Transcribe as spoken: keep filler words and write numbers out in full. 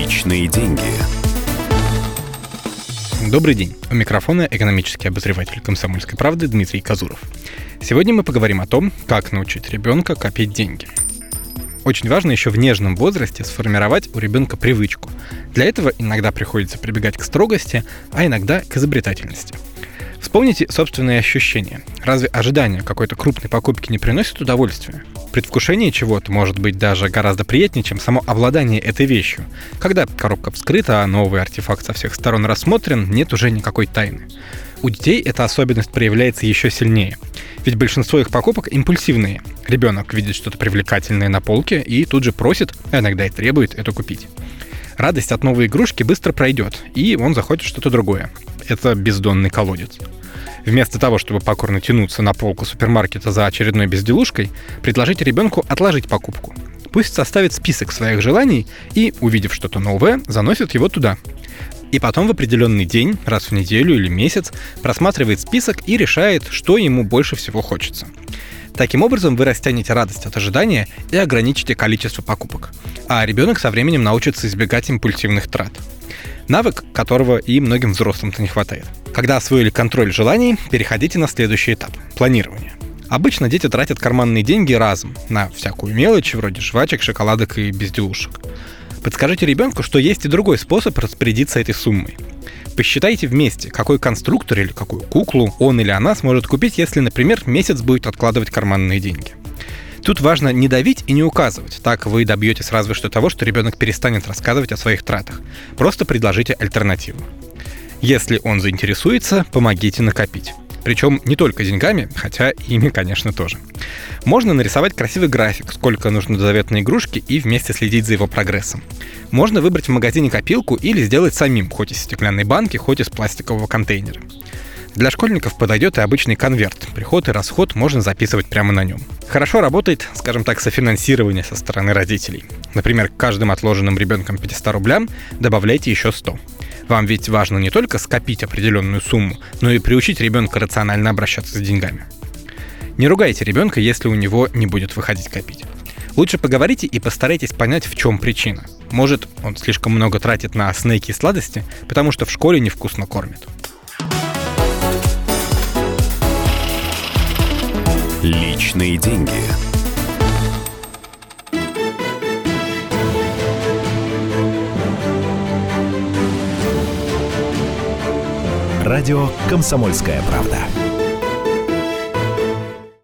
Личные деньги. Добрый день. У микрофона экономический обозреватель «Комсомольской правды» Дмитрий Казуров. Сегодня мы поговорим о том, как научить ребенка копить деньги. Очень важно еще в нежном возрасте сформировать у ребенка привычку. Для этого иногда приходится прибегать к строгости, а иногда к изобретательности. Вспомните собственные ощущения. Разве ожидание какой-то крупной покупки не приносит удовольствия? Предвкушение чего-то может быть даже гораздо приятнее, чем само обладание этой вещью. Когда коробка вскрыта, а новый артефакт со всех сторон рассмотрен, нет уже никакой тайны. У детей эта особенность проявляется еще сильнее. Ведь большинство их покупок импульсивные. Ребенок видит что-то привлекательное на полке и тут же просит, а иногда и требует это купить. Радость от новой игрушки быстро пройдет, и он захочет что-то другое. Это бездонный колодец. Вместо того, чтобы покорно тянуться на полку супермаркета за очередной безделушкой, предложите ребенку отложить покупку. Пусть составит список своих желаний и, увидев что-то новое, заносит его туда. И потом в определенный день, раз в неделю или месяц, просматривает список и решает, что ему больше всего хочется. Таким образом, вы растянете радость от ожидания и ограничите количество покупок. А ребенок со временем научится избегать импульсивных трат. Навык, которого и многим взрослым-то не хватает. Когда освоили контроль желаний, переходите на следующий этап – планирование. Обычно дети тратят карманные деньги разом на всякую мелочь, вроде жвачек, шоколадок и безделушек. Подскажите ребенку, что есть и другой способ распорядиться этой суммой. Посчитайте вместе, какой конструктор или какую куклу он или она сможет купить, если, например, месяц будет откладывать карманные деньги. Тут важно не давить и не указывать, так вы добьетесь разве что того, что ребенок перестанет рассказывать о своих тратах. Просто предложите альтернативу. Если он заинтересуется, помогите накопить. Причем не только деньгами, хотя ими, конечно, тоже. Можно нарисовать красивый график, сколько нужно до заветной игрушки, и вместе следить за его прогрессом. Можно выбрать в магазине копилку или сделать самим, хоть из стеклянной банки, хоть из пластикового контейнера. Для школьников подойдет и обычный конверт. Приход и расход можно записывать прямо на нем. Хорошо работает, скажем так, софинансирование со стороны родителей. Например, к каждым отложенным ребенком пятьсот рублям добавляйте еще сто. Вам ведь важно не только скопить определенную сумму, но и приучить ребенка рационально обращаться с деньгами. Не ругайте ребенка, если у него не будет выходить копить. Лучше поговорите и постарайтесь понять, в чем причина. Может, он слишком много тратит на снеки и сладости, потому что в школе невкусно кормят. Личные деньги. Радио «Комсомольская правда».